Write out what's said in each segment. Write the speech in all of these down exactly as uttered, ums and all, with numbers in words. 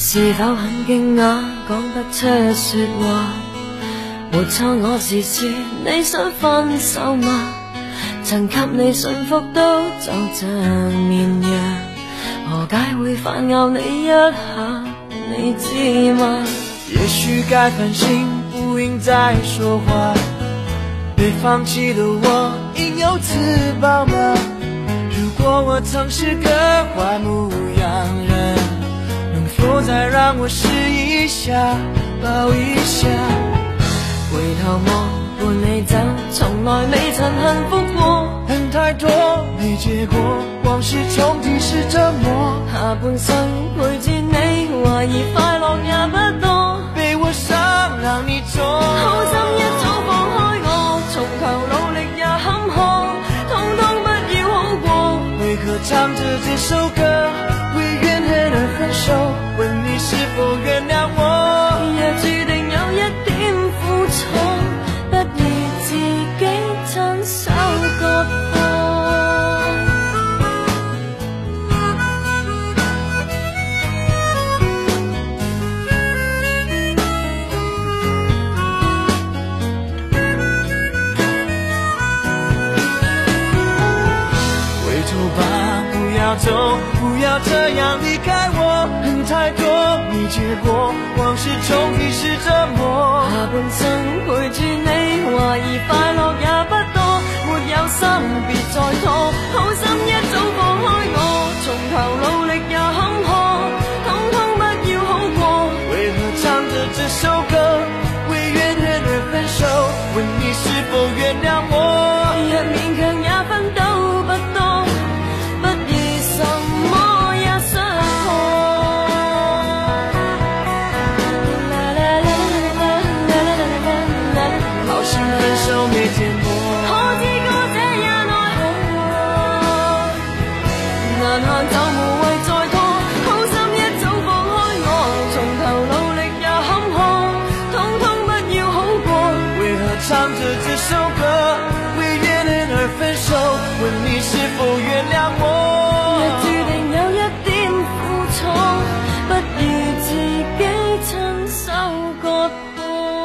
是否很惊讶，講不出說話？沒錯，我是說你想分手嗎？曾給你幸福都就像綿羊，何解會反咬你一下？你知嗎？ 也許該反省，不應再說話。被放棄的我應有自保嗎？如果我曾是個壞牧羊人，能否再讓我試一下，抱一下？ 回頭望伴你走，從來未曾幸福過。 恨太多沒結果，往事重提是折磨。 下半生陪住你，懷疑快樂也不多。 被我傷讓你走， 好心一早放開我，從頭努力也坎坷，通通不要好過。 為何唱着這首歌，為怨恨而分手？問你是否原諒我？ 也注定有一點苦楚，不如自己親手割破。 回頭吧，不要走，不要這樣離開我。恨太多沒結果，往事重提是折磨。 下半生陪住你，懷疑快樂也不多。沒有心別再拖，好心一早放開我，從頭努力也坎坷，通通不要好過。 為何唱着這首歌，為怨恨而分手？問你是否原諒我？ 若勉強也奮鬥不多，不如什麼也傷破。 好心分手沒見過， 可知歌者也奈何，難行就無謂再拖。好心一早放開我，從頭努力也坎坷，通通不要好過。 為何唱着這首歌，為怨恨而分手？問你是否原諒我？ 若注定有一點苦楚，不如自己親手割破。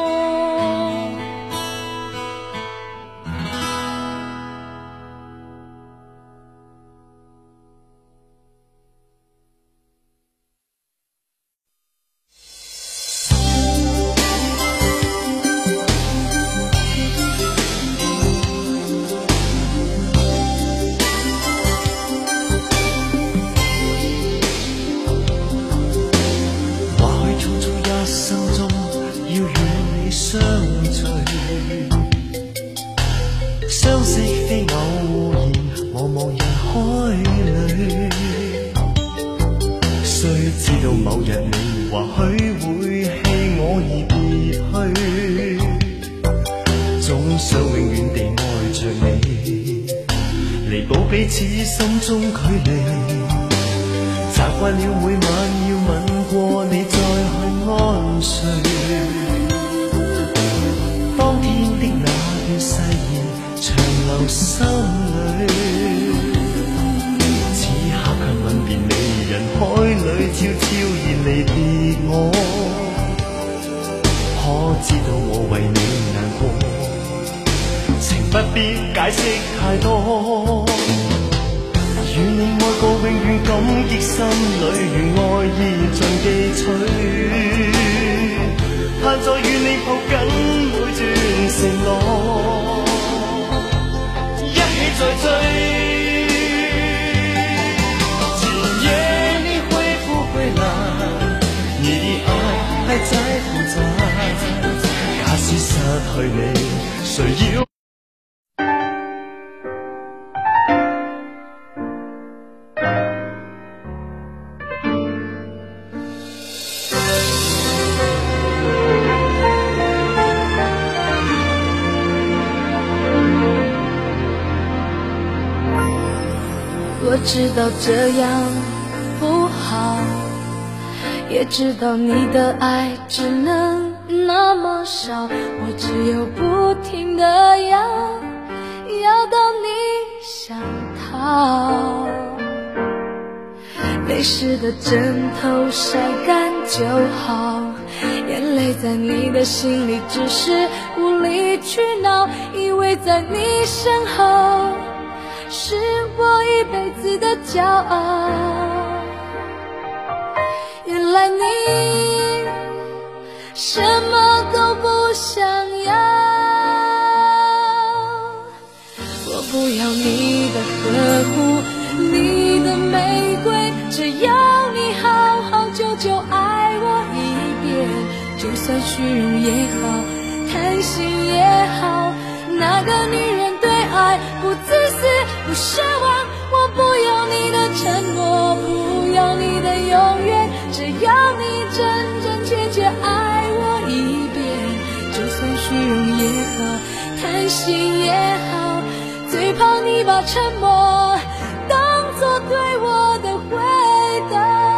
相識非偶然，茫茫人海裏，雖知道某日你或許會棄我而別去，總想永遠地愛着你，彌補彼此心中距離。習慣了每晚要吻過你再去安睡，當天的那段誓言長留心裏，此刻卻吻別你，人海裏悄悄然離別我。可知道我為你難過，情不必解釋太多。與你愛過永遠感激，心裏如愛意盡記取，盼再與你抱緊每段承諾，一起再追。今夜你會不會來？你的愛還在不在？假使失去你，誰要？ 我知道這樣不好，也知道你的愛只能那麼少，我只有不停地要，要到你想逃。你泪湿的枕头晒干就好，眼泪在你的心里只是无理取闹，以为在你身后是我一辈子的骄傲。原来你什么都不想要，我不要你的呵护，你的玫瑰，只要你好好久久爱我一遍，就算虚荣也好，贪心也好，那个女人对爱不自私不奢望，我不要你的承诺，不要你的永远，只要你真真切切爱我一遍，就算虚荣也好，贪心也好，最怕你把沉默当作对我的回答。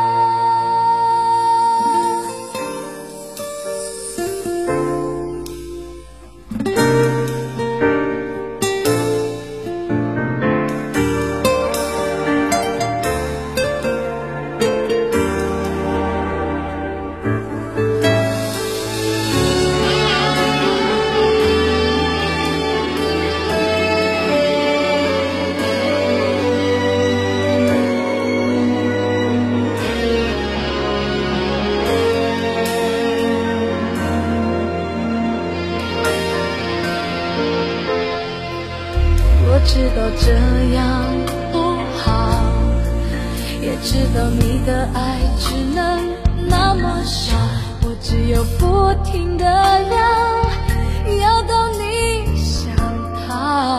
知道这样不好，也知道你的爱只能那么少，我只有不停地要，要到你想逃。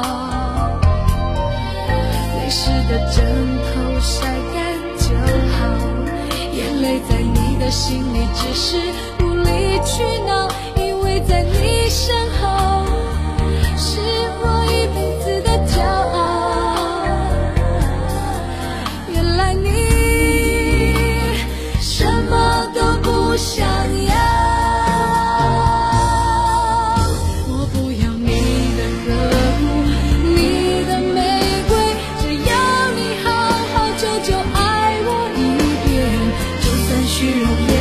泪湿的枕头晒干就好，眼泪在你的心里只是无理取闹，因为在你身后是我一辈子的骄傲。原来你什么都不想要，我不要你的呵护，你的玫瑰，只要你好好久久爱我一遍，就算虚荣也